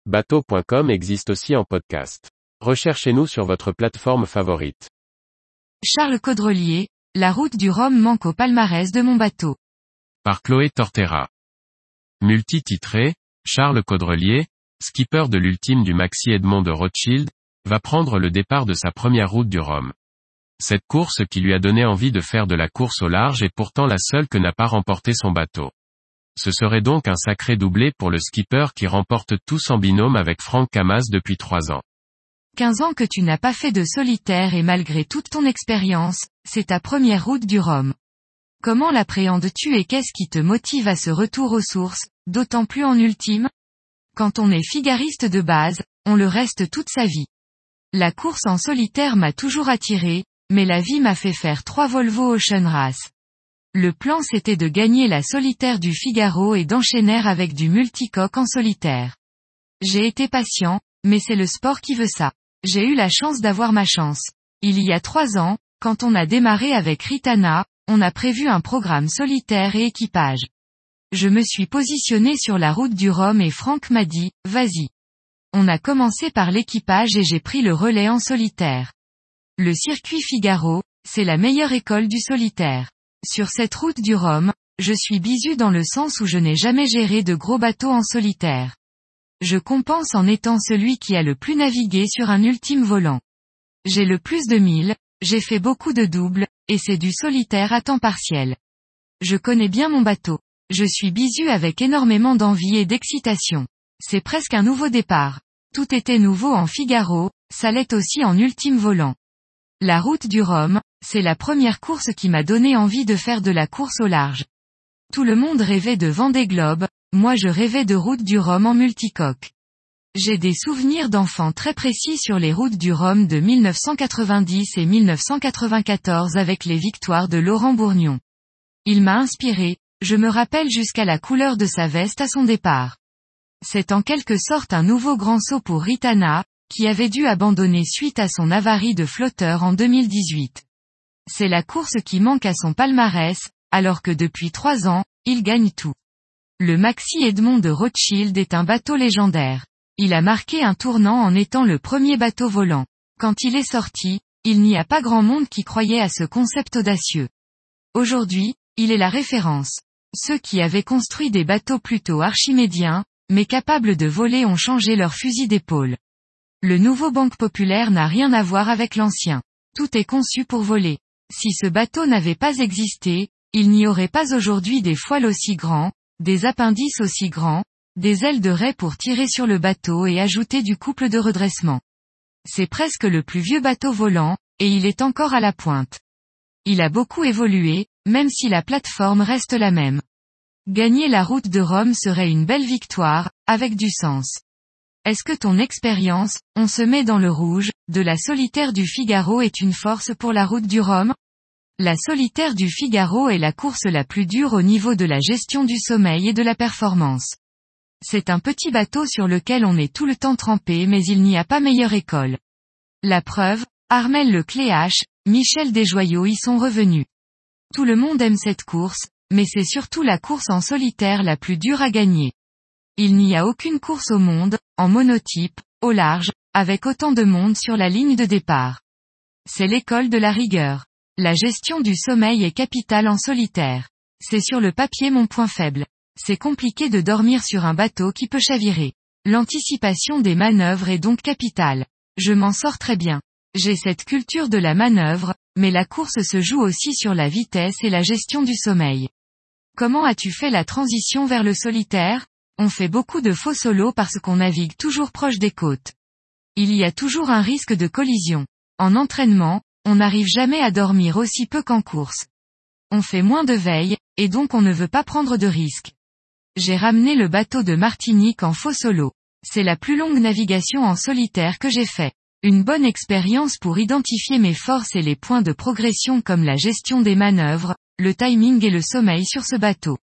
Bateau.com existe aussi en podcast. Recherchez-nous sur votre plateforme favorite. Charles Caudrelier, la route du Rhum manque au palmarès de mon bateau. Par Chloé Tortera. Multi-titré, Charles Caudrelier, skipper de l'ultime du Maxi Edmond de Rothschild, va prendre le départ de sa première route du Rhum. Cette course qui lui a donné envie de faire de la course au large est pourtant la seule que n'a pas remporté son bateau. Ce serait donc un sacré doublé pour le skipper qui remporte tous en binôme avec Franck Camas depuis 3 ans. 15 ans que tu n'as pas fait de solitaire et malgré toute ton expérience, c'est ta première route du Rhum. Comment l'appréhendes-tu et qu'est-ce qui te motive à ce retour aux sources, d'autant plus en ultime? Quand on est figariste de base, on le reste toute sa vie. La course en solitaire m'a toujours attiré, mais la vie m'a fait faire 3 Volvo Ocean Race. Le plan c'était de gagner la solitaire du Figaro et d'enchaîner avec du multicoque en solitaire. J'ai été patient, mais c'est le sport qui veut ça. J'ai eu la chance d'avoir ma chance. Il y a 3 ans, quand on a démarré avec Ritana, on a prévu un programme solitaire et équipage. Je me suis positionné sur la route du Rhum et Franck m'a dit, vas-y. On a commencé par l'équipage et j'ai pris le relais en solitaire. Le circuit Figaro, c'est la meilleure école du solitaire. Sur cette route du Rhum, je suis bisu dans le sens où je n'ai jamais géré de gros bateaux en solitaire. Je compense en étant celui qui a le plus navigué sur un ultime volant. J'ai le plus de 1000, j'ai fait beaucoup de doubles, et c'est du solitaire à temps partiel. Je connais bien mon bateau. Je suis bisu avec énormément d'envie et d'excitation. C'est presque un nouveau départ. Tout était nouveau en Figaro, ça l'est aussi en ultime volant. La route du Rhum, c'est la première course qui m'a donné envie de faire de la course au large. Tout le monde rêvait de Vendée Globe, moi je rêvais de route du Rhum en multicoque. J'ai des souvenirs d'enfants très précis sur les routes du Rhum de 1990 et 1994 avec les victoires de Laurent Bourgnon. Il m'a inspiré, je me rappelle jusqu'à la couleur de sa veste à son départ. C'est en quelque sorte un nouveau grand saut pour Ritana, qui avait dû abandonner suite à son avarie de flotteur en 2018. C'est la course qui manque à son palmarès, alors que depuis 3 ans, il gagne tout. Le Maxi Edmond de Rothschild est un bateau légendaire. Il a marqué un tournant en étant le premier bateau volant. Quand il est sorti, il n'y a pas grand monde qui croyait à ce concept audacieux. Aujourd'hui, il est la référence. Ceux qui avaient construit des bateaux plutôt archimédiens, mais capables de voler ont changé leur fusil d'épaule. Le nouveau Banque Populaire n'a rien à voir avec l'ancien. Tout est conçu pour voler. Si ce bateau n'avait pas existé, il n'y aurait pas aujourd'hui des foiles aussi grands, des appendices aussi grands, des ailes de raie pour tirer sur le bateau et ajouter du couple de redressement. C'est presque le plus vieux bateau volant, et il est encore à la pointe. Il a beaucoup évolué, même si la plateforme reste la même. Gagner la route de Rhum serait une belle victoire, avec du sens. Est-ce que ton expérience, on se met dans le rouge, de la solitaire du Figaro est une force pour la route du Rhum? La solitaire du Figaro est la course la plus dure au niveau de la gestion du sommeil et de la performance. C'est un petit bateau sur lequel on est tout le temps trempé mais il n'y a pas meilleure école. La preuve, Armel Lecléache, Michel Desjoyaux y sont revenus. Tout le monde aime cette course, mais c'est surtout la course en solitaire la plus dure à gagner. Il n'y a aucune course au monde, en monotype, au large, avec autant de monde sur la ligne de départ. C'est l'école de la rigueur. La gestion du sommeil est capitale en solitaire. C'est sur le papier mon point faible. C'est compliqué de dormir sur un bateau qui peut chavirer. L'anticipation des manœuvres est donc capitale. Je m'en sors très bien. J'ai cette culture de la manœuvre, mais la course se joue aussi sur la vitesse et la gestion du sommeil. Comment as-tu fait la transition vers le solitaire? On fait beaucoup de faux solos parce qu'on navigue toujours proche des côtes. Il y a toujours un risque de collision. En entraînement, on n'arrive jamais à dormir aussi peu qu'en course. On fait moins de veille, et donc on ne veut pas prendre de risques. J'ai ramené le bateau de Martinique en faux solo. C'est la plus longue navigation en solitaire que j'ai fait. Une bonne expérience pour identifier mes forces et les points de progression comme la gestion des manœuvres, le timing et le sommeil sur ce bateau.